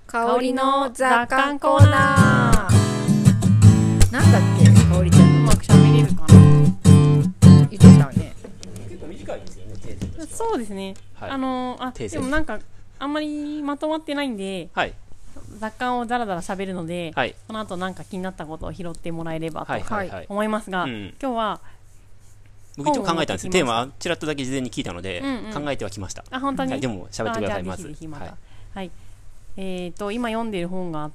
香りの雑感コーナー。なんだっけ、香りちゃん。 うまく喋れるかな。 言ってたわね。 結構短いですよね、テーゼとしては。 そうですね、 はい、 でもなんかあんまりまとまってないんで、 はい、 雑感をだらだら喋るので、 はい、 この後なんか気になったことを拾ってもらえればとはいはいはい、 思いますが、 今日は僕一応考えたんです。テーマはちらっとだけ事前に聞いたので、考えてはきました。 あ、本当に、 はい、でも喋ってください。まずぜひまた、はい、今読んでる本があって、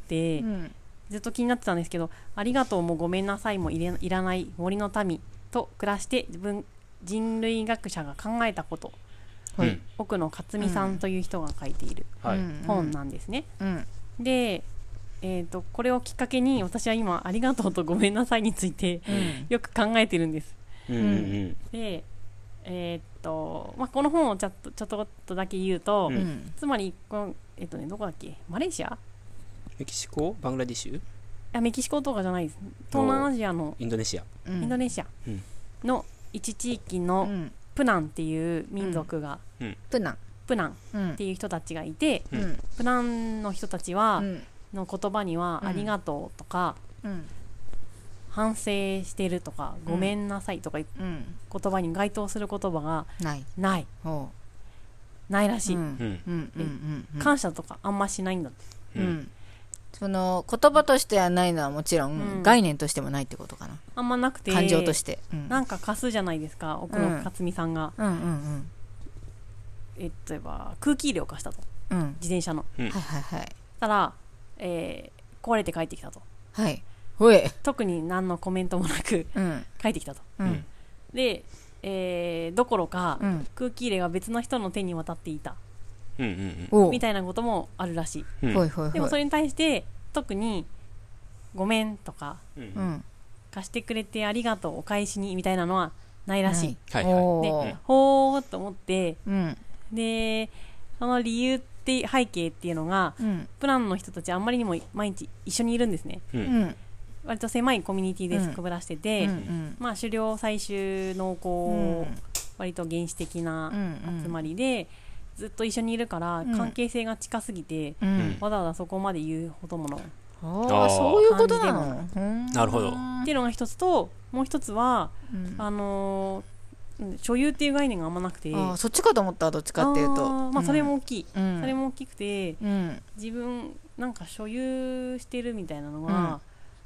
ずっと気になってたんですけど、ありがとうもごめんなさいもいらない森の民と暮らして人類学者が考えたこと、奥野克美さんという人が書いている本なんですね。で、これをきっかけに私は今ありがとうとごめんなさいについて、よく考えてるんです。で、この本をちょっとだけ言うと、つまりどこだっけ、マレーシア、 メキシコ、バングラディッシュ、 メキシコとかじゃないです。東南アジアのインドネシアの一地域のプナンっていう民族が、プナンっていう人たちがいて、プナンの人たちは、の言葉には、ありがとうとか、反省してるとか、ごめんなさいとかいう言葉に該当する言葉がないらしい。感謝とかあんましないんだって。 その言葉としてはないのはもちろん、概念としてもないってことかな。 あんまなくて、 感情として、 なんか貸すじゃないですか、奥野克美さんが。例えば空気入れを貸したと、自転車の。たら、壊れて帰ってきたと。特に何のコメントもなく帰ってきたと。で、どころか、空気入れが別の人の手に渡っていた、みたいなこともあるらしい。でもそれに対して特にごめんとか、貸してくれてありがとうお返しにみたいなのはないらしい。で、ほーっと思って、でその理由って背景っていうのが、プランの人たちあんまりにも毎日一緒にいるんですね。割と狭いコミュニティですくぶらしてて、まあ狩猟採集農耕、割と原始的な集まりでずっと一緒にいるから、関係性が近すぎて、わざわざそこまで言うほどものそういうことなの。 なるほど。 っていうのが一つと、もう一つは、所有っていう概念があんまなくて、 そっちかと思った。どっちかっていうと、 まあそれも大きい、それも大きくて、自分なんか所有してるみたいなのが、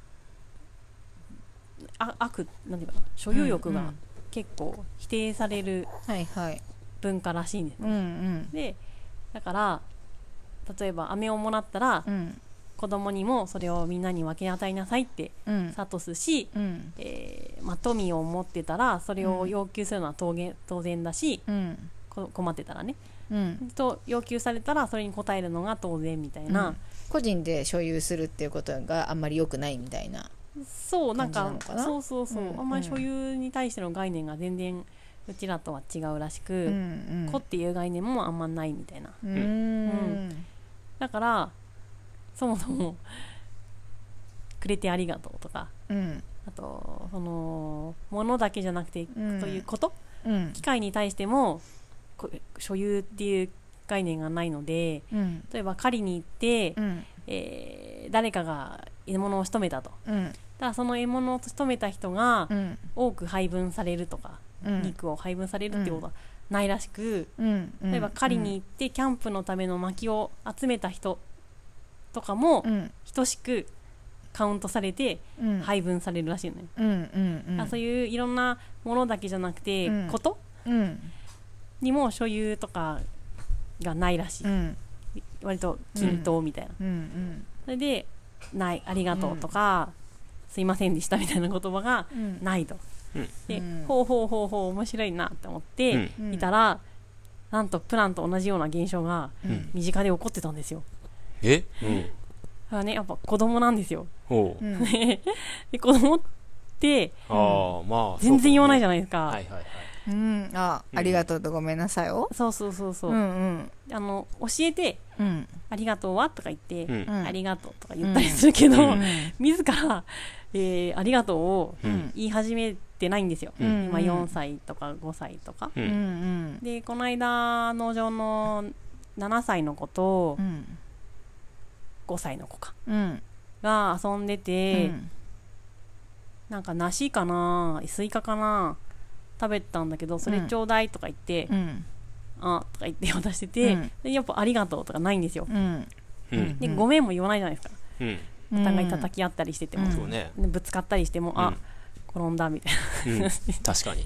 なんていうかな、所有欲が結構否定される文化らしいんですね。で、だから例えば飴をもらったら、子供にもそれをみんなに分け与えなさいって諭すし、富を持ってたらそれを要求するのは当然だし、困ってたらね、と要求されたらそれに応えるのが当然みたいな、 個人で所有するっていうことがあんまり良くないみたいな。 そう、なんかそう、あんまり所有に対しての概念が全然うちらとは違うらしく、子っていう概念もあんまないみたいな。だからそもそもくれてありがとうとか、あとその物だけじゃなくて、そういうこと、機械に対しても所有っていう概念がないので、例えば狩りに行って、誰かが獲物を仕留めたと、だからその獲物を仕留めた人が多く配分されるとか、肉を配分されるってことはないらしく、例えば狩りに行ってキャンプのための薪を集めた人とかも等しくカウントされて配分されるらしいのよ。そういういろんなものだけじゃなくて、ことにも所有とかがないらしい。割と均等みたいな。それでないありがとうとか、すいませんでしたみたいな言葉がないと。で、ほう面白いなって思っていたら、なんとプランと同じような現象が身近で起こってたんですよ。だからね、やっぱ子供なんですよ。で、子供って全然言わないじゃないですか。 ありがとうとごめんなさいを。 そう、教えて、ありがとうはとか言って、ありがとうとか言ったりするけど、自ら、ありがとうを言い始めてないんですよ。今4歳とか5歳とか。で、この間農場の7歳の子と、 5歳の子か、 うん、 が遊んでて、なんか梨かなスイカかな食べたんだけど、それちょうだいとか言って、あとか言って渡してて、でやっぱありがとうとかないんですよ、でごめんも言わないじゃないですか、お互い叩き合ったりしてても、でぶつかったりしても、あ転んだみたいな、 確かに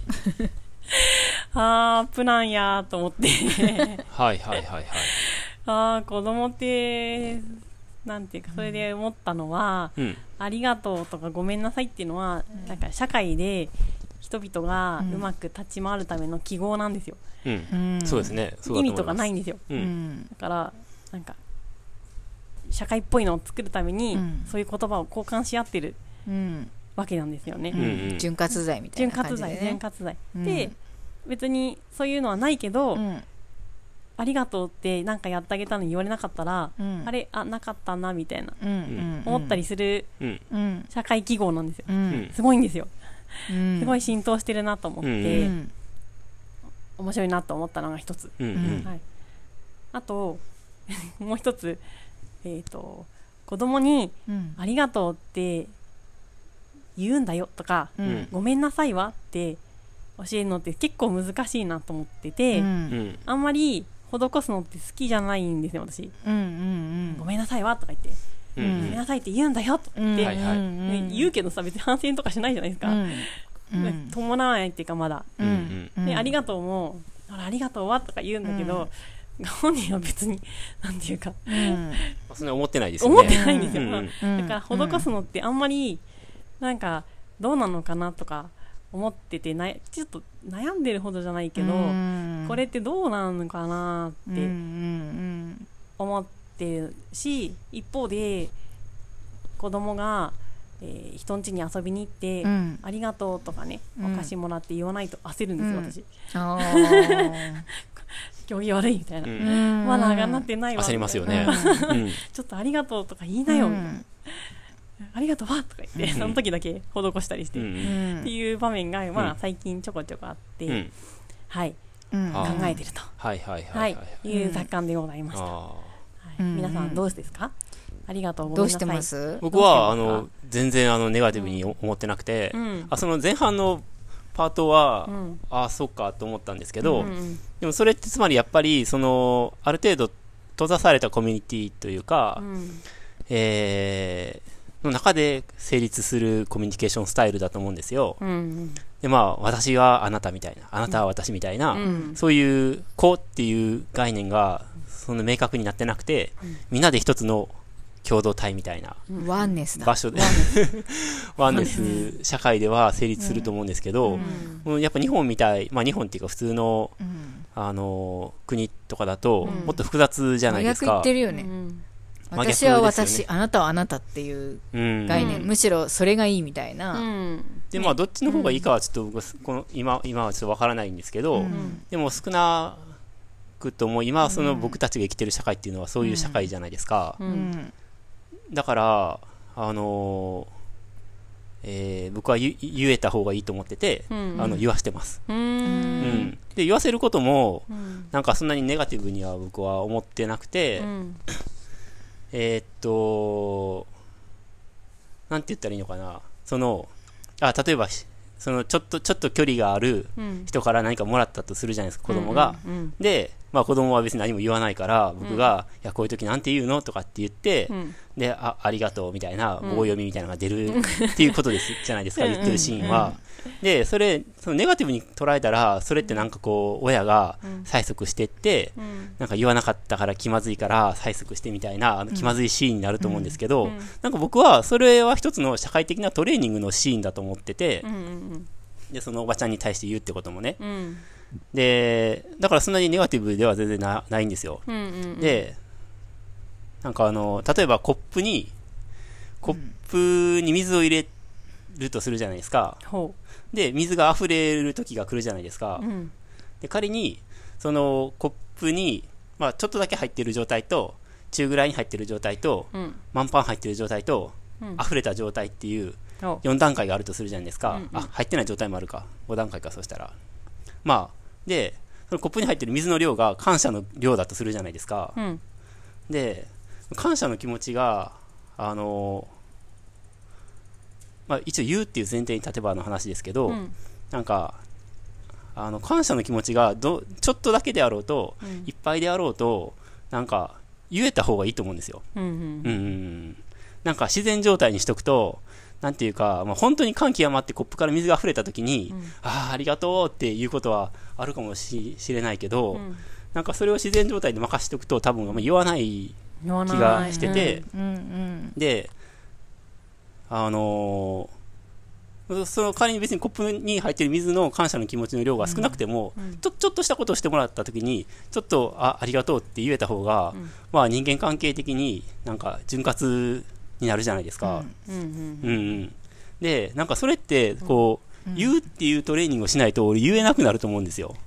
あープランやーと思ってはいはいはいはい、 あー子供ってなんていうか、それで思ったのは、ありがとうとかごめんなさいっていうのは、なんか社会で人々がうまく立ち回るための記号なんですよ、 そうですね、 意味とかないんですよ、だからなんか社会っぽいのを作るために、そういう言葉を交換し合ってるわけなんですよね、 潤滑剤みたいな感じでね、 潤滑剤で、別にそういうのはないけど、ありがとうってなんかやってあげたのに言われなかったら、あれなかったなみたいな、思ったりする社会記号なんですよ、すごいんですよ、すごい浸透してるなと思って、面白いなと思ったのが一つ、あともう一つ、子供にありがとうって言うんだよとか、ごめんなさいはって教えるのって結構難しいなと思ってて、あんまり施すのって好きじゃないんですよ私、ごめんなさいわとか言って、ごめんなさいって言うんだよとか言って、言うけどさ別に反省とかしないじゃないですか、伴わないっていうかまだ、でありがとうもありがとうはとか言うんだけど、本人は別になんていうか、 そんな思ってないですよね、 思ってないんですよ、だから施すのってあんまりなんかどうなのかなとか思ってて、ちょっと悩んでるほどじゃないけど、これってどうなのかなって思ってるし、一方で子供が、人ん家に遊びに行って、ありがとうとかね、お菓子もらって言わないと焦るんですよ、私行儀悪いみたいな、マナーがなってないわ焦りますよね、 ちょっとありがとうとか言いなよみたいな、ありがとうわとか言って、その時だけ施したりして、っていう場面が、最近ちょこちょこあって、はい、考えてるという雑感でございました。皆さんどうですか？ありがとうございます。どうしてます？ 僕は全然ネガティブに思ってなくて、その前半のパートは、そっかと思ったんですけど、でもそれってつまりやっぱりある程度閉ざされたコミュニティというか、の中で成立するコミュニケーションスタイルだと思うんですよ。で私はあなたみたいな、あなたは私みたいな、そういう子っていう概念がその明確になってなくて、みんなで一つの共同体みたいなワンネスだ場所でワンネス社会では成立すると思うんですけど、やっぱ日本みたい、日本っていうか普通の、国とかだともっと複雑じゃないですか。 真逆言ってるよね、私は私、あなたはあなたっていう概念、むしろそれがいいみたいな、 でどっちの方がいいかはちょっと今はちょっとわからないんですけど、でも少なくとも今その僕たちが生きてる社会っていうのはそういう社会じゃないですか、だから僕は言えた方がいいと思ってて、言わしてます、で言わせることも、なんかそんなにネガティブには僕は思ってなくて、なんて言ったらいいのかな、例えばちょっと距離がある人から何かもらったとするじゃないですか、子供が、で子供は別に何も言わないから、僕が、いやこういう時なんて言うのとかって言って、でありがとうみたいな棒読みみたいなのが出るっていうことですじゃないですか、言ってるシーンは。でそのネガティブに捉えたら、それってなんか親が催促してって、なんか言わなかったから気まずいから催促してみたいな気まずいシーンになると思うんですけど、なんか僕はそれは一つの社会的なトレーニングのシーンだと思ってて、でそのおばちゃんに対して言うってこともね、でだからそんなにネガティブでは全然ないんですよ、でなんか例えばコップに水を入れるとするじゃないですか、で水が溢れる時が来るじゃないですか、で仮にそのコップに、ちょっとだけ入ってる状態と中ぐらいに入ってる状態と、満帆入ってる状態と、溢れた状態っていう4段階があるとするじゃないですか、入ってない状態もあるか、5段階か、そしたらでそのコップに入ってる水の量が感謝の量だとするじゃないですか、で感謝の気持ちが一応言うっていう前提に立てばの話ですけど、なんか感謝の気持ちがちょっとだけであろうと、いっぱいであろうとなんか言えた方がいいと思うんですよ。なんか自然状態にしとくと、なんていうか、本当に感極まってコップから水が溢れた時に、ありがとうっていうことはあるかもしれないけど、なんかそれを自然状態で任せておくと多分言わない気がしてて、でその仮に別にコップに入っている水の感謝の気持ちの量が少なくても、ちょっとしたことをしてもらったときにちょっとありがとうって言えた方が、人間関係的になんか潤滑になるじゃないですか。でなんかそれってこう、言うっていうトレーニングをしないと俺言えなくなると思うんですよ。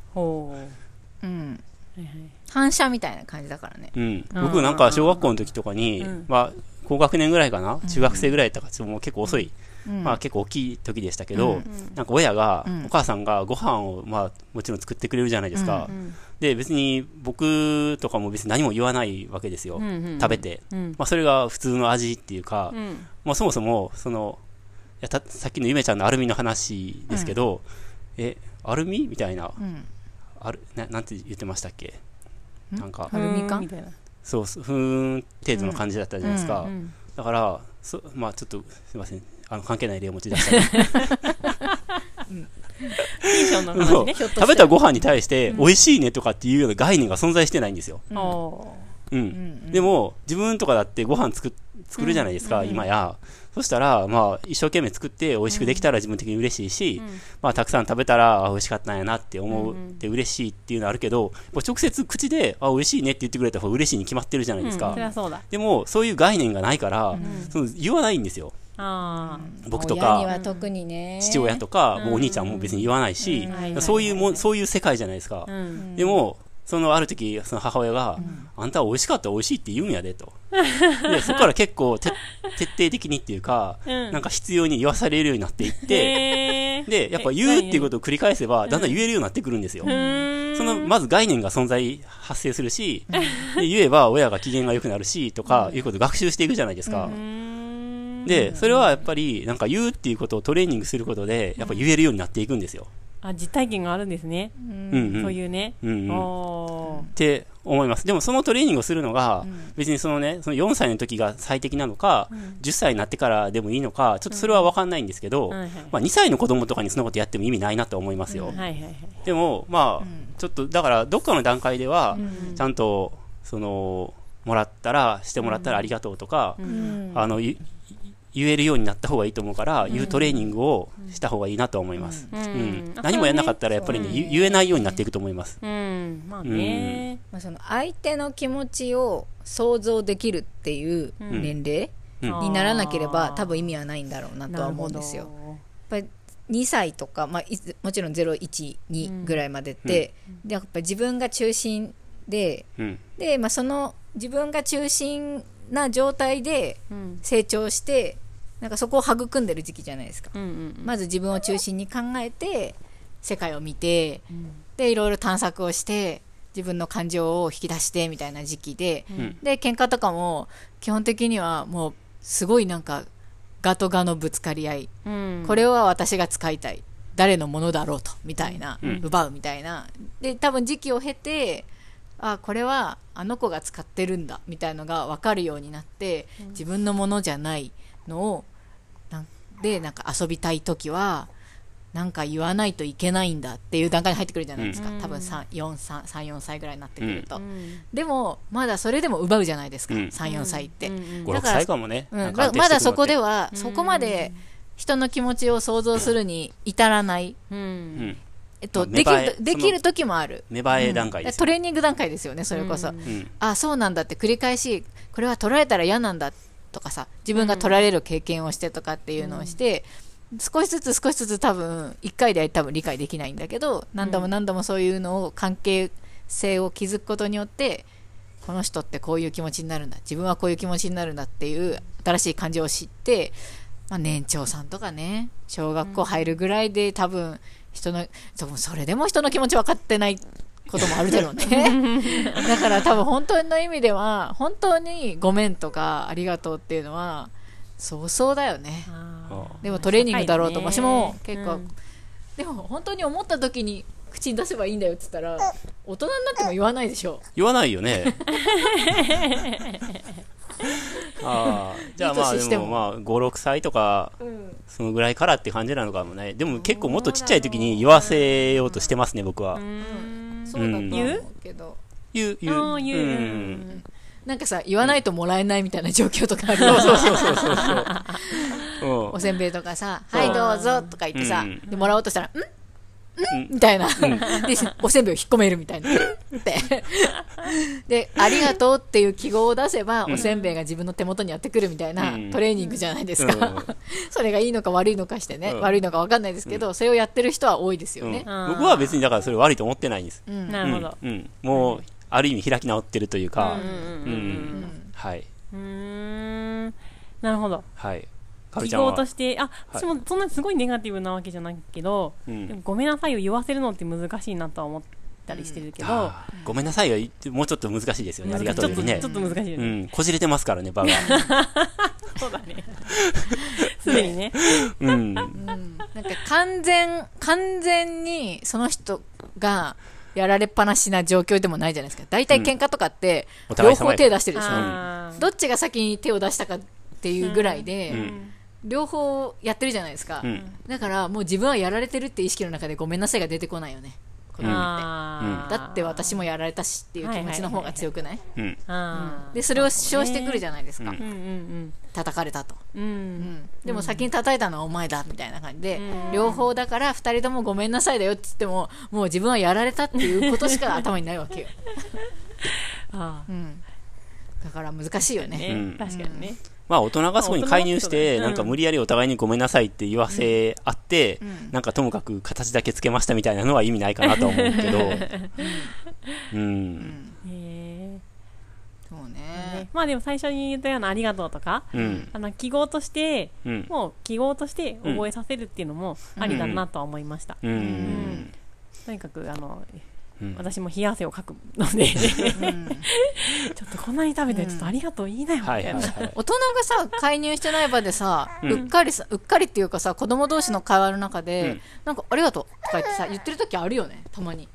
反射みたいな感じだからね。 僕なんか小学校の時とかに、高学年ぐらいかな、中学生ぐらいだったかもう結構遅い、結構大きい時でしたけど、なんか親が、お母さんがご飯をもちろん作ってくれるじゃないですか。で別に僕とかも別に何も言わないわけですよ、食べて、それが普通の味っていうか、そもそもさっきのゆめちゃんのアルミの話ですけど、アルミみたいな、なんて言ってましたっけ、なんかアルミ缶みたいな、 そうふーん程度の感じだったじゃないですか。だからちょっとすいません、関係ない例を持ち出した食べたご飯に対して美味しいねとかっていうような概念が存在してないんですよ。でも自分とかだってご飯作るじゃないですか、今や。そしたら一生懸命作って美味しくできたら自分的に嬉しいし、たくさん食べたら美味しかったんやなって思って嬉しいっていうのはあるけど、直接口で美味しいねって言ってくれた方が嬉しいに決まってるじゃないですか。でもそういう概念がないから、言わないんですよ。僕とか父親とかお兄ちゃんも別に言わないし、そういう世界じゃないですか。でもある時その母親が、あんたは美味しかったら美味しいって言うんやでと。でそこから結構徹底的にっていうか、なんか必要に言わされるようになっていって、でやっぱ言うっていうことを繰り返せばだんだん言えるようになってくるんですよ。まず概念が発生するし、で言えば親が機嫌が良くなるしとかいうことを学習していくじゃないですか。でそれはやっぱりなんか言うっていうことをトレーニングすることでやっぱ言えるようになっていくんですよ。 実体験があるんですね。そういうね。 って思います。でもそのトレーニングをするのが、別にその4歳の時が最適なのか、10歳になってからでもいいのか、ちょっとそれは分かんないんですけど、2歳の子供とかにそのことやっても意味ないなと思いますよ。でもちょっとだからどっかの段階ではちゃんともらったらしてもらったらありがとうとか、言えるようになった方がいいと思うから、言うトレーニングをした方がいいなと思います。何もやらなかったらやっぱりね、言えないようになっていくと思います。 その相手の気持ちを想像できるっていう年齢にならなければ、多分意味はないんだろうなとは思うんですよ。やっぱり2歳とか、もちろん0、1、2ぐらいまでって、やっぱり自分が中心で、その自分が中心な状態で成長して、なんかそこを育んでる時期じゃないですか。まず自分を中心に考えて世界を見て、でいろいろ探索をして自分の感情を引き出してみたいな時期で、で喧嘩とかも基本的にはもうすごいなんかガとガのぶつかり合い、これは私が使いたい、誰のものだろうとみたいな、奪うみたいなで、多分時期を経て、これはあの子が使ってるんだみたいのが分かるようになって、自分のものじゃないのをなんか遊びたいときはなんか言わないといけないんだっていう段階に入ってくるじゃないですか。多分3、4歳ぐらいになってくると、でもまだそれでも奪うじゃないですか、3、4歳って。 5、6歳かもね。 まだそこではそこまで人の気持ちを想像するに至らない、できる時もある。 芽生え段階です、 トレーニング段階ですよね、それこそ。そうなんだって繰り返し、これは取られたら嫌なんだとかさ、自分が取られる経験をしてとかっていうのをして、少しずつ多分1回では多分理解できないんだけど、何度も何度もそういうのを関係性を築くことによって、この人ってこういう気持ちになるんだ、自分はこういう気持ちになるんだっていう新しい感情を知って、年長さんとかね、小学校入るぐらいで多分それでも人の気持ち分かってないこともあるだろうね。だから多分本当の意味では本当にごめんとかありがとうっていうのはそうそうだよね。でもトレーニングだろうと、私も結構、でも本当に思った時に口に出せばいいんだよって言ったら大人になっても言わないでしょ。 言わないよね。じゃあまあでもまあ5、6歳とか、そのぐらいからって感じなのかもね。でも結構もっとちっちゃい時に言わせようとしてますね、僕は。 そうだと思うけど。 言う。 なんかさ、言わないともらえないみたいな状況とかあるよ。そう。おせんべいとかさ、はいどうぞとか言ってさ、でもらおうとしたら、みたいな。で、おせんべいを引っ込めるみたいな。ってで、ありがとうっていう記号を出せば、おせんべいが自分の手元にやってくるみたいなトレーニングじゃないですか。それがいいのか悪いのかしてね、悪いのか分かんないですけど、それをやってる人は多いですよね。 僕は別にだからそれ悪いと思ってないんです。 なるほど。 もう、ある意味開き直ってるというか、はい。 なるほど。 はい。 記号として、私もそんなすごいネガティブなわけじゃないけど、でもごめんなさいを言わせるのって難しいなとは思ったりしてるけど、 ごめんなさいはもうちょっと難しいですよね。ありがとうですね。 ちょっと難しいですね。 こじれてますからね、場が。 そうだね。すでにね。 なんか完全にその人がやられっぱなしな状況でもないじゃないですか。大体喧嘩とかって両方手出してるでしょ。どっちが先に手を出したかっていうぐらいで、両方やってるじゃないですか。だからもう自分はやられてるって意識の中でごめんなさいが出てこないよね。子供ってだって私もやられたしっていう気持ちの方が強くない？でそれを主張してくるじゃないですか。叩かれたと。でも先に叩いたのはお前だみたいな感じで、両方だから2人ともごめんなさいだよって言っても、もう自分はやられたっていうことしか頭にないわけよ。だから難しいよね。 確かにね。 まあ大人がそこに介入して、なんか無理やりお互いにごめんなさいって言わせ合って、なんかともかく形だけつけましたみたいなのは意味ないかなと思うけど。 そうね。 まあでも最初に言ったようなありがとうとか、記号として、もう記号として覚えさせるっていうのもありだなとは思いました。とにかく私も冷や汗をかくのでちょっとこんなに食べてちょっとありがとう言いなよみたいな。 大人がさ介入してない場でさ、うっかりっていうかさ、子供同士の会話の中で、なんかありがとうとか言ってさ言ってる時あるよね、たまに。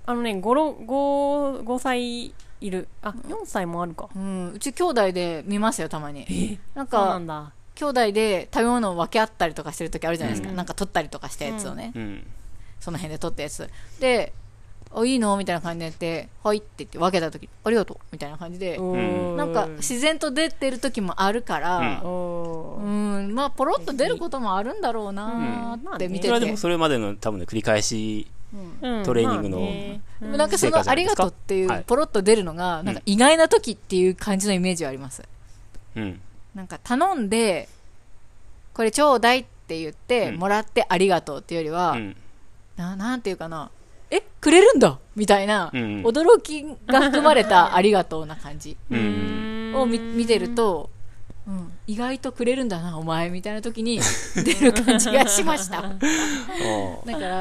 5歳いる。4歳もあるか。 うち兄弟で見ますよ、たまに。なんか兄弟で食べ物を分け合ったりとかしてる時あるじゃないですか。なんか取ったりとかしたやつをね、その辺で取ったやつで、いいのみたいな感じでやって、はいって言って分けた時ありがとうみたいな感じで、なんか自然と出てる時もあるから、まあポロッと出ることもあるんだろうなって見てて、 それはでもそれまでの多分ね繰り返しトレーニングの、 でもなんかそのありがとうっていうポロッと出るのがなんか意外な時っていう感じのイメージはあります。なんか頼んでこれちょうだいって言ってもらってありがとうっていうよりは、なんていうかな、くれるんだみたいな、驚きが含まれたありがとうな感じを見てると、意外とくれるんだなお前みたいな時に出る感じがしました。だから、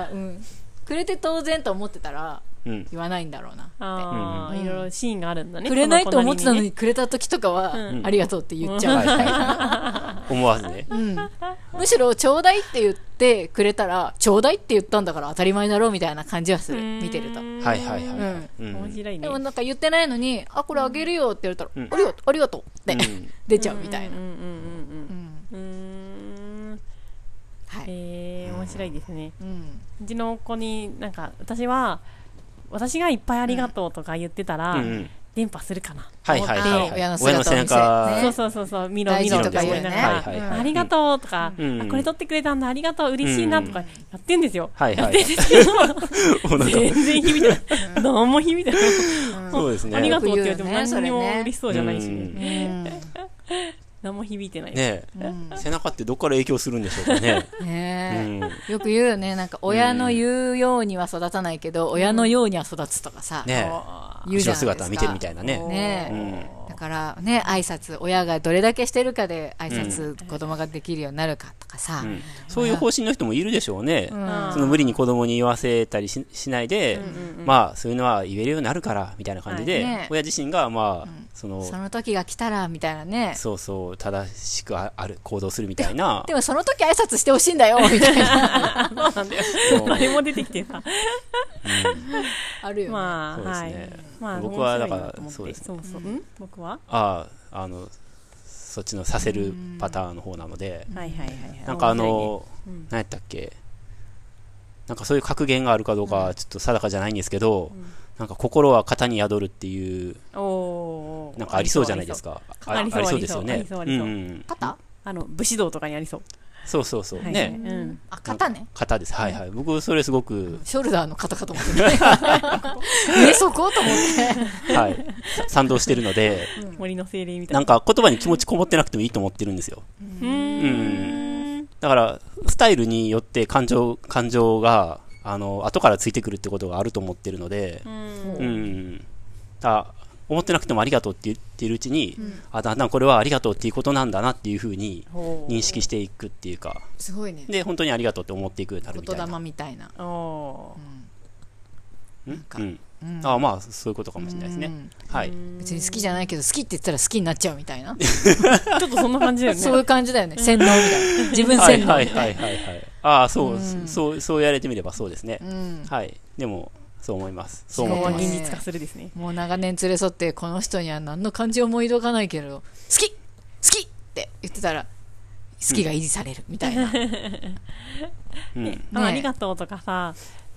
くれて当然と思ってたら言わないんだろうなって。 いろいろシーンがあるんだね。 くれないと思ってたのにくれた時とかは、ありがとうって言っちゃうみたいな。 思わずね。 むしろちょうだいって言ってくれたら、ちょうだいって言ったんだから当たり前だろうみたいな感じはする、見てると。 面白いね。 でもなんか言ってないのに、これあげるよって言われたら、ありがとうって出ちゃうみたいな。 面白いですね。うちの子になんか私がいっぱいありがとうとか言ってたら伝播するかなと思って、 親の背中そう見ろとか言いながらありがとうとか、これ取ってくれたんだありがとう嬉しいなとかやってんですよ。やってんですけど全然響いてない。何も響いてない。 そうですね。 ありがとうって言われても何にも嬉しそうじゃないしね。何も響いてないね。背中ってどこから影響するんでしょうかね。 よく言うよね、なんか親の言うようには育たないけど親のようには育つとかさ、 後ろ姿見てるみたいなね。 だからね、挨拶親がどれだけしてるかで挨拶子供ができるようになるかとかさ、 そういう方針の人もいるでしょうね。その無理に子供に言わせたり しないで、まあそういうのは言えるようになるからみたいな感じで、親自身がまあその時が来たらみたいなね、 そうそう正しく行動するみたいな。 でもその時挨拶してほしいんだよみたいな。 そうなんだよ。誰も出てきてさ。 あるよね。 まあはい。僕はだからそうですね。 僕はそっちのさせるパターンの方なので、なんか何やったっけ、なんかそういう格言があるかどうかはちょっと定かじゃないんですけど、なんか心は型に宿るっていう、なんかありそうじゃないですか。ありそうですよね。 型？ 武士道とかにありそう。 そうそうそう。ね。 型ね。 型です。はいはい。僕それすごくショルダーの型かと思ってね。そこと思って。 はい。賛同してるので、 森の精霊みたいな。 なんか言葉に気持ちこもってなくてもいいと思ってるんですよ。だからスタイルによって感情が後からついてくるってことがあると思ってるので、思ってなくてもありがとうって言っているうちに、だんだんこれはありがとうっていうことなんだなっていうふうに認識していくっていうか、 すごいね。 で本当にありがとうって思っていくようになるみたいな。 言霊みたいな。 まあそういうことかもしれないですね。はい。 別に好きじゃないけど好きって言ったら好きになっちゃうみたいな。 ちょっとそんな感じだよね。 そういう感じだよね。洗脳みたいな。自分洗脳。 はいはいはいはい。そうやれてみればそうですね。はい。でもそう思います。そう思います。 現実化するですね。 もう長年連れ添ってこの人には何の感情も抱かないけど好きって言ってたら好きが維持されるみたいな。 ありがとうとかさ、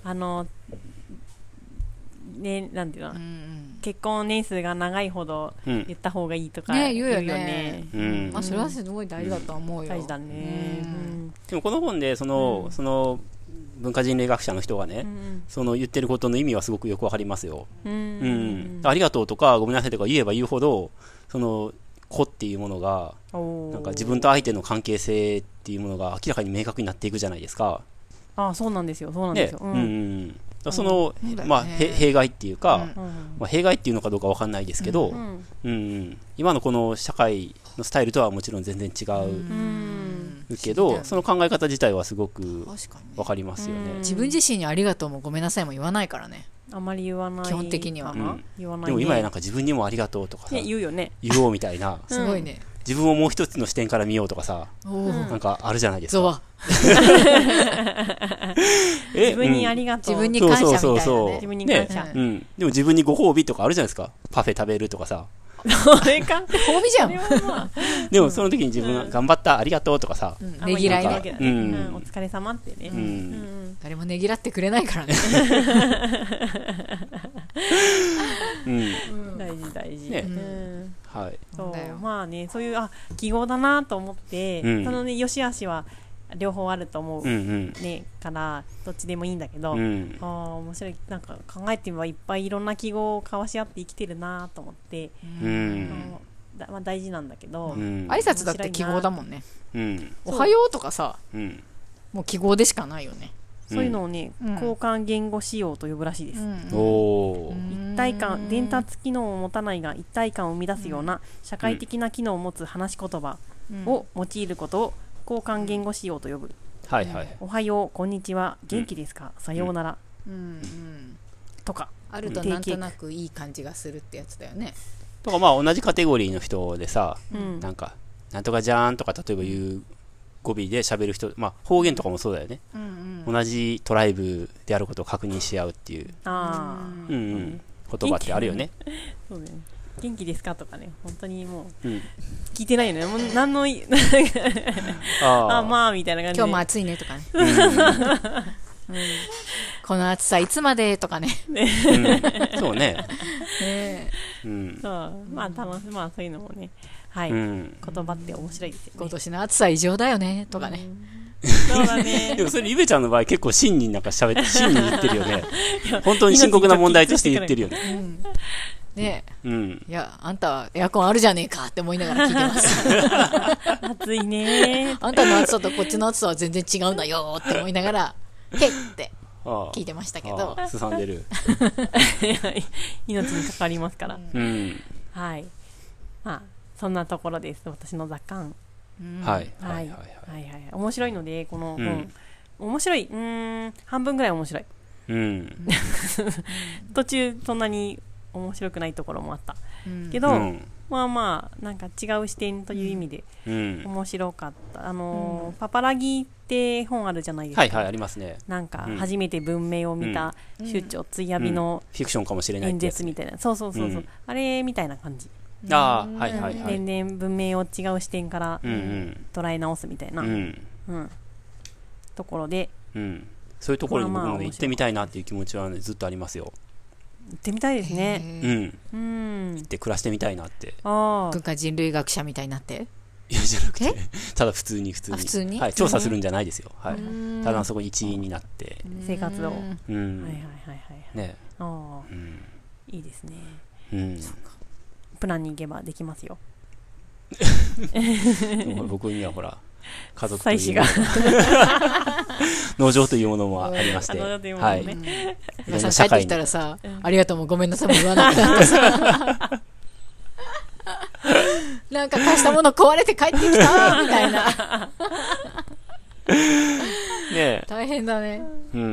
ね、なんていうの、結婚年数が長いほど言った方がいいとか言うよね。 それはすごい大事だと思うよ。 大事だね。 でもこの本でその文化人類学者の人がね、その言ってることの意味はすごくよくわかりますよ。ありがとうとかごめんなさいとか言えば言うほど、その子っていうものがなんか自分と相手の関係性っていうものが明らかに明確になっていくじゃないですか。 そうなんですよ。そうなんですよ。 その弊害っていうか、弊害っていうのかどうかわかんないですけど、今のこの社会のスタイルとはもちろん全然違うけど、その考え方自体はすごくわかりますよね。 自分自身にありがとうもごめんなさいも言わないからね。 あまり言わない。 基本的には。 言わない。 でも今やなんか自分にもありがとうとかさ、 言うよね。 言おうみたいな。 すごいね。 自分をもう一つの視点から見ようとかさ、なんかあるじゃないですか。 自分にありがとう。 自分に感謝みたいなね。 自分に感謝。 でも自分にご褒美とかあるじゃないですか。パフェ食べるとかさ。 それか。 褒美じゃん。 でもその時に自分が頑張ったありがとうとかさ。 ねぎらいね。 お疲れ様ってね。 誰もねぎらってくれないからね。 大事。 はい。 まあね、そういう記号だなと思って、そのね良し悪しは両方あると思うねからどっちでもいいんだけど、面白い。なんか考えてみればいっぱいいろんな記号を交わし合って生きてるなと思って、大事なんだけど、 挨拶だって記号だもんね。おはようとかさ、もう記号でしかないよね。 そういうのをね、交換言語仕様と呼ぶらしいです。一体感、伝達機能を持たないが一体感を生み出すような社会的な機能を持つ話し言葉を用いることを交換言語仕様と呼ぶ。おはよう、こんにちは、元気ですか、さようならとかあるとなんとなくいい感じがするってやつだよね。 とかまあ同じカテゴリーの人でさ、なんかなんとかじゃーんとか例えば言う語尾で喋る人、まあ方言とかもそうだよね。同じトライブであることを確認し合うっていう言葉ってあるよね。 そうね。元気ですかとかね、本当にもう聞いてないよね。もう何のまあみたいな感じで。 今日も暑いねとかね。この暑さいつまでとかね。 そうね。 まあそういうのもね、はい、言葉って面白いですよね。 今年の暑さ異常だよねとかね。 そうだね。 でもそれゆべちゃんの場合結構真になんか真に言ってるよね。本当に深刻な問題として言ってるよね。 ねえ、いやあんたはエアコンあるじゃねえかって思いながら聞いてます。 暑いね。 あんたの暑さとこっちの暑さは全然違うんだよって思いながらへって聞いてましたけど。 すさんでる。 命にかかりますから。はい。 まあそんなところです、私の雑感。 はいはいはいはい。面白いのでこの本、面白い、半分ぐらい面白い。途中そんなに面白くないところもあったけど、まあまあなんか違う視点という意味で面白かった。パパラギって本あるじゃないですか。 はいはい、ありますね。 なんか初めて文明を見た出張ついやびのフィクションかもしれない演説みたいな、そうそうそうそう、あれみたいな感じ。 ああ、はいはいはい。 年々文明を違う視点から捉え直すみたいなところで、 そういうところに僕もね行ってみたいなっていう気持ちはねずっとありますよ。 行ってみたいですね。 行って暮らしてみたいなって。 文化人類学者みたいになって。 いやじゃなくて、ただ普通にはい、調査するんじゃないですよ。はい。ただそこ一員になって生活を。はいはいはいはい。 ね。 いいですね。プランに行けばできますよ。 僕にはほら家族という農場というものもありまして、はい。 帰ってきたらさ、ありがとうもごめんなさいも言わなくなってさ、なんか貸したもの壊れて帰ってきたみたいな。 ね、 大変だね。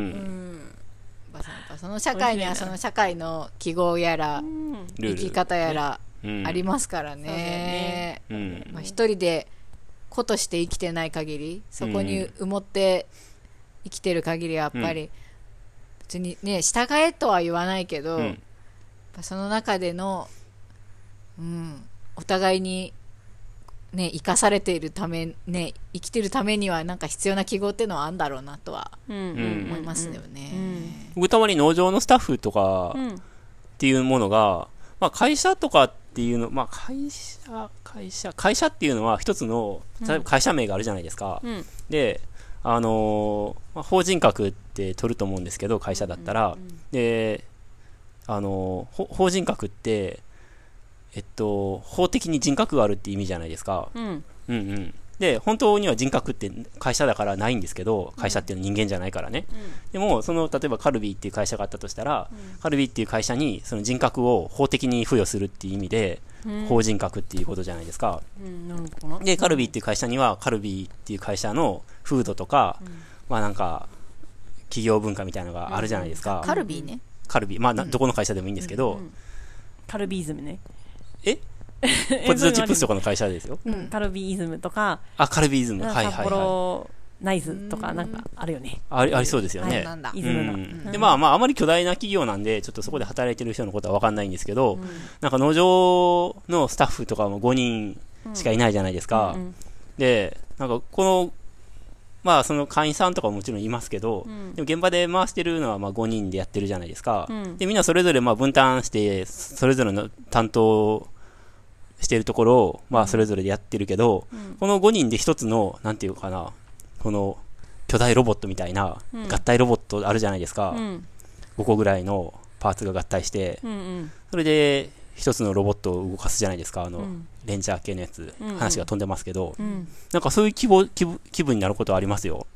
その社会にはその社会の記号やら生き方やらありますからね。一人で子として生きてない限り、そこに埋もって生きてる限りはやっぱり別にね従えとは言わないけど、その中での、お互いにね生かされているためね、生きてるためにはなんか必要な記号っていうのはあるんだろうなとは思いますよね。 僕たまに農場のスタッフとかっていうものが、まあ会社とかっていうの、まあ会社っていうのは一つの例えば会社名があるじゃないですか。で、法人格って取ると思うんですけど、会社だったら、で、法人格って法的に人格があるって意味じゃないですか。で、本当には人格って会社だからないんですけど、会社っていうのは人間じゃないからね。でも、例えばカルビーっていう会社があったとしたら、カルビーっていう会社にその人格を法的に付与するっていう意味で、法人格っていうことじゃないですか。で、カルビーっていう会社には、カルビーっていう会社の風土とか、まあなんか、企業文化みたいなのがあるじゃないですか。 カルビーね。 カルビー。まあ、どこの会社でもいいんですけど。 カルビーズムね。 ポテトチップスとかの会社ですよ。 カルビーズムとか。 カルビーズム。はいはいはい。 札幌ナイズとかなんかあるよね。 ありそうですよね。で、まああまり巨大な企業なんで、ちょっとそこで働いてる人のことは分かんないんですけど、なんか農場のスタッフとかも5人しかいないじゃないですか。で、なんかまあその会員さんとかももちろんいますけど、でも現場で回してるのはまあ5人でやってるじゃないですか。で、みんなそれぞれまあ分担して、それぞれの担当してるところを、まあそれぞれでやってるけど、この5人で一つの、なんていうかな、この巨大ロボットみたいな合体ロボットあるじゃないですか。5個ぐらいのパーツが合体して、それで一つのロボットを動かすじゃないですか。レンジャー系のやつ、話が飛んでますけど、なんかそういう気分になることはありますよ。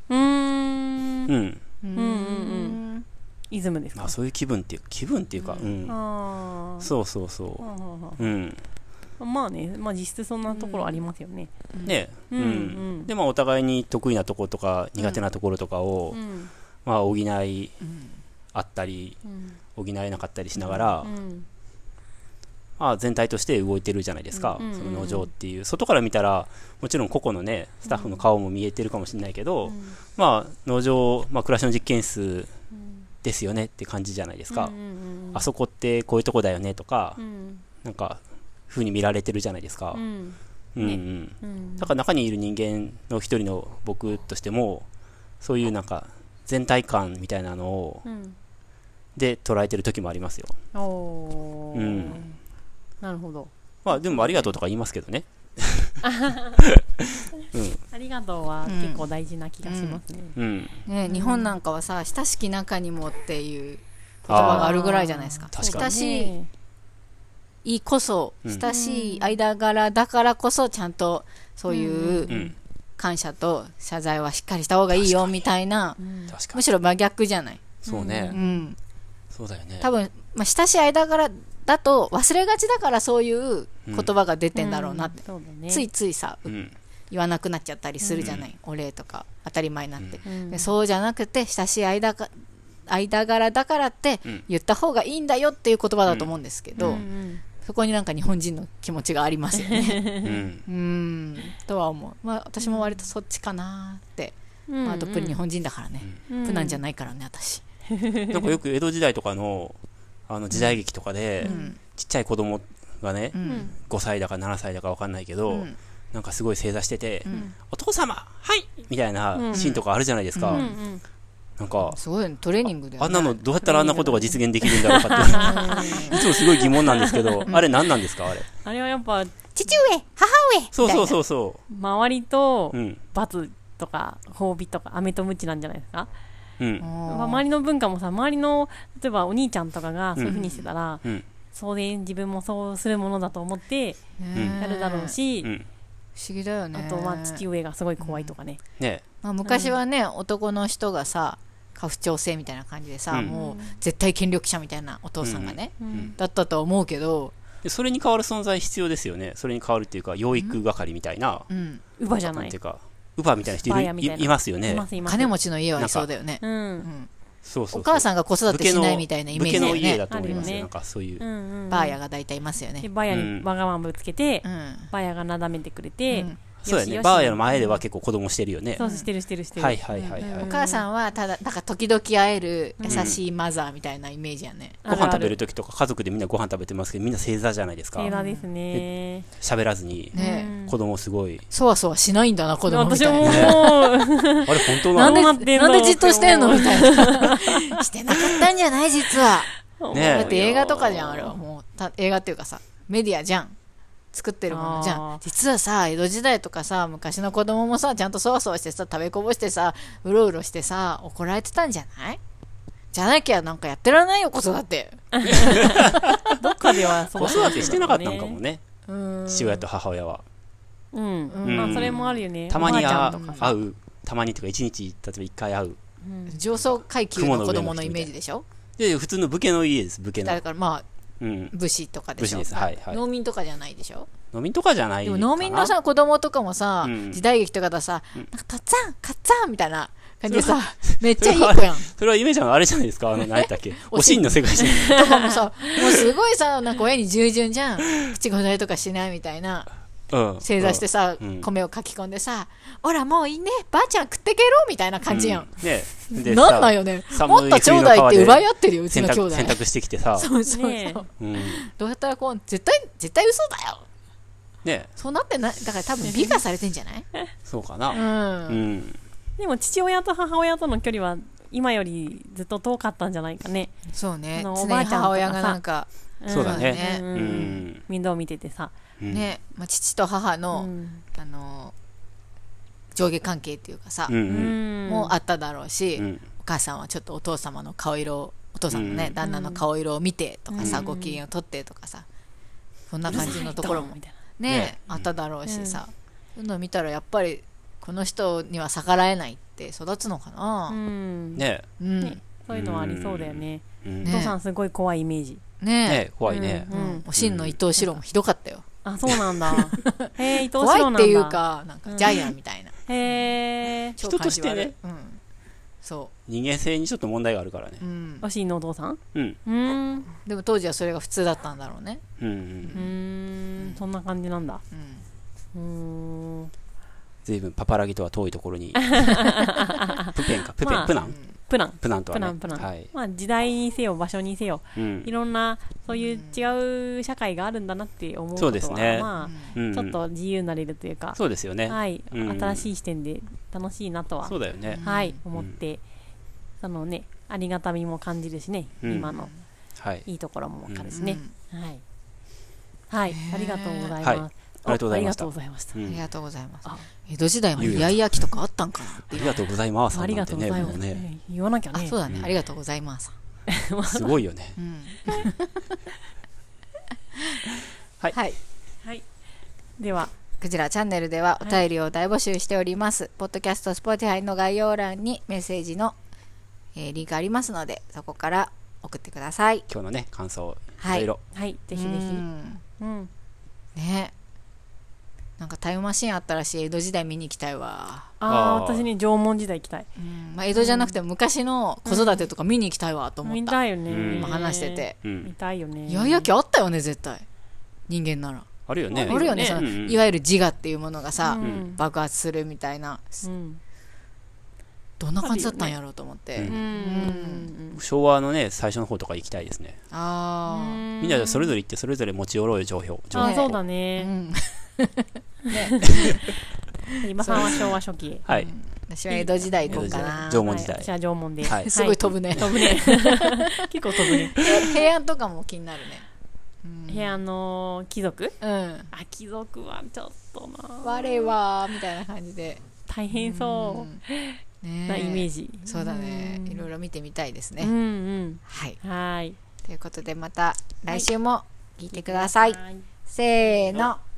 イズムですか。 そういう気分っていうか、そうそうそう。 まあね、まあ実質そんなところありますよね。 ね、でまあお互いに得意なところとか苦手なところとかをまあ補いあったり補えなかったりしながら、まあ全体として動いてるじゃないですか。その農場っていう外から見たらもちろん個々のねスタッフの顔も見えてるかもしれないけど、まあ農場、まあ暮らしの実験室ですよねって感じじゃないですか。あそこってこういうとこだよねとか、なんか風に見られてるじゃないですか。だから中にいる人間の一人の僕としてもそういうなんか全体感みたいなのを、で捉えてる時もありますよ。 なるほど。 まあでもありがとうとか言いますけどね。 ありがとうは結構大事な気がしますね。 日本なんかはさ、親しき中にもっていう言葉があるぐらいじゃないですか。親しいこそ、親しい間柄だからこそちゃんとそういう感謝と謝罪はしっかりした方がいいよみたいな、むしろ真逆じゃない。 そうね。そうだよね。 多分、まあ、親しい間柄だだと忘れがちだからそういう言葉が出てんだろうなって、ついついさ、言わなくなっちゃったりするじゃない、お礼とか当たり前になって、でそうじゃなくて親しい間柄だからって言った方がいいんだよっていう言葉だと思うんですけど、そこになんか日本人の気持ちがありますよねとは思う。まあ私も割とそっちかなって、まあどっぷり日本人だからね、プなんじゃないからね私。 なんかよく江戸時代とかの時代劇とかで、ちっちゃい子供がね、5歳だか7歳だか分かんないけど、なんかすごい正座してて、お父様はいみたいなシーンとかあるじゃないですか。なんかすごいトレーニングで、 あんなのどうやったらあんなことが実現できるんだろうかっていつもすごい疑問なんですけど、あれ何なんですか？ あれはやっぱ父上母上そう周りと罰とか褒美とか飴と鞭なんじゃないですか。周りの文化もさ、周りの例えばお兄ちゃんとかがそういう風にしてたら、そうで自分もそうするものだと思ってやるだろうし、不思議だよね。 あとまあ父上がすごい怖いとかね。 まあ、昔はね、男の人がさ家父長制みたいな感じでさ、もう絶対権力者みたいなお父さんがね、だったとは思うけど、 それに代わる存在必要ですよね。それに代わるっていうか養育係みたいな、 乳母じゃないっていうか乳母みたいな人いますよね。 金持ちの家はいそうだよね。 そうお母さんが子育てしないみたいなイメージだよね。 武家の家だと思いますよ。なんかそういうバーヤが大体いますよね。 バーヤにわがままぶつけて、バーヤがなだめてくれて、 そうやね。バーヤの前では結構子供してるよね。 そうしてる。 はいはいはい。 お母さんはただなんか時々会える優しいマザーみたいなイメージやね。 ご飯食べる時とか家族でみんなご飯食べてますけど、みんな正座じゃないですか。 正座ですね。 喋らずに子供すごいそわそわしないんだな子供みたいな。 私もあれ本当なの？ なんでじっとしてんのみたいな。してなかったんじゃない実は。だって映画とかじゃんあれは。もう映画っていうかさメディアじゃん。作ってるものじゃん。実はさ江戸時代とかさ昔の子供もさちゃんとそわそわしてさ食べこぼしてさうろうろしてさ怒られてたんじゃない？じゃなきゃなんかやってられないよ子育て。 どっかでは子育てしてなかったんかもね。父親と母親は。 まあそれもあるよね。 たまに会う、たまにとか一日例えば1回会う。 上層階級の子供のイメージでしょ？ で普通の武家の家です。武家の。 だからまあ武士とかでしょ。農民とかじゃないでしょ。 農民とかじゃないかな。 でも農民のさ子供とかもさ、時代劇とかださ、とっつぁんかっつぁんみたいな感じでさ、めっちゃいい子やん。 それは夢ちゃんあれじゃないですか。何やったっけ、おしんの世界じゃんとかもさ、もうすごいさ、なんか親に従順じゃん。口答えとかしないみたいな。正座してさ、米をかき込んでさ、ほらもういいね、ばあちゃん食ってけろみたいな感じやん。なんなんよね。もっとちょうだいって奪い合ってるよ、うちの兄弟。 洗濯してきてさ。 そう。どうやったらこう、絶対嘘だよ。 ね、 そうなってない。だから多分美化されてんじゃない？ そうかな。 でも父親と母親との距離は今よりずっと遠かったんじゃないかね。 そうね。おばあちゃん母親がなんか、 そうだね。 面倒見ててさ。 ね、父と母の上下関係っていうかさ、もあっただろうし、お母さんはちょっとお父様の顔色、お父さんのね、旦那の顔色を見てとかさ、ご機嫌を取ってとかさ、そんな感じのところもねあっただろうしさ、そういうのを見たらやっぱりこの人には逆らえないって育つのかな。 ね、 そういうのはありそうだよね。お父さんすごい怖いイメージ。 ね、怖いね。 おしんの伊藤四郎もひどかったよ。 あ、そうなんだ。へえ、伊藤四郎なんだ。怖いっていうか、なんかジャイアンみたいな。 へえ。 人としてね、 そう。 人間性にちょっと問題があるからね。 おしんのお父さん？ でも当時はそれが普通だったんだろうね。 そんな感じなんだ。 随分パパラギとは遠いところに。プナンとはね。 まあ時代にせよ場所にせよ、いろんなそういう違う社会があるんだなって思うことは、まあちょっと自由になれるというか、 そうですよね。 はい、新しい視点で楽しいなとは、 そうだよね。 はい、思って、そのねありがたみも感じるしね、今のいいところもわかるしね。はい、ありがとうございます。 ありがとうございました。 ありがとうございます。江戸時代もイヤイヤ期とかあったんかな。 ありがとうございます。 ありがとうございます。言わなきゃね。 そうだね。ありがとうございます。 すごいよね。 はい。 では、 こちらチャンネルではお便りを大募集しております。ポッドキャスト、Spotifyの概要欄にメッセージのリンクありますので、そこから送ってください。 今日のね感想はい、 いろいろ、 はい、ぜひぜひ。 ね、なんかタイムマシーンあったらしい。江戸時代見に行きたいわ。 私ね縄文時代行きたい。 江戸じゃなくても昔の子育てとか見に行きたいわと思った。 見たいよね。 今話してて、 見たいよね。 イヤイヤ期あったよね絶対。人間ならあるよね。 あるよね。そのいわゆる自我っていうものがさ、爆発するみたいな。どんな感じだったんやろうと思って、 昭和のね最初の方とか行きたいですね。みんなでそれぞれ行ってそれぞれ持ち寄ろうよ情報。 そうだね。今さんは昭和初期。 はい。 私は江戸時代行こうかな。 縄文時代。 私は縄文で。 すごい飛ぶね。 飛ぶね。結構飛ぶね。 平安とかも気になるね。 平安の貴族？貴族はちょっとな。 我はみたいな感じで大変そう。なイメージ。 そうだね。いろいろ見てみたいですね。はい。ということでまた来週も聞いてください。せーの。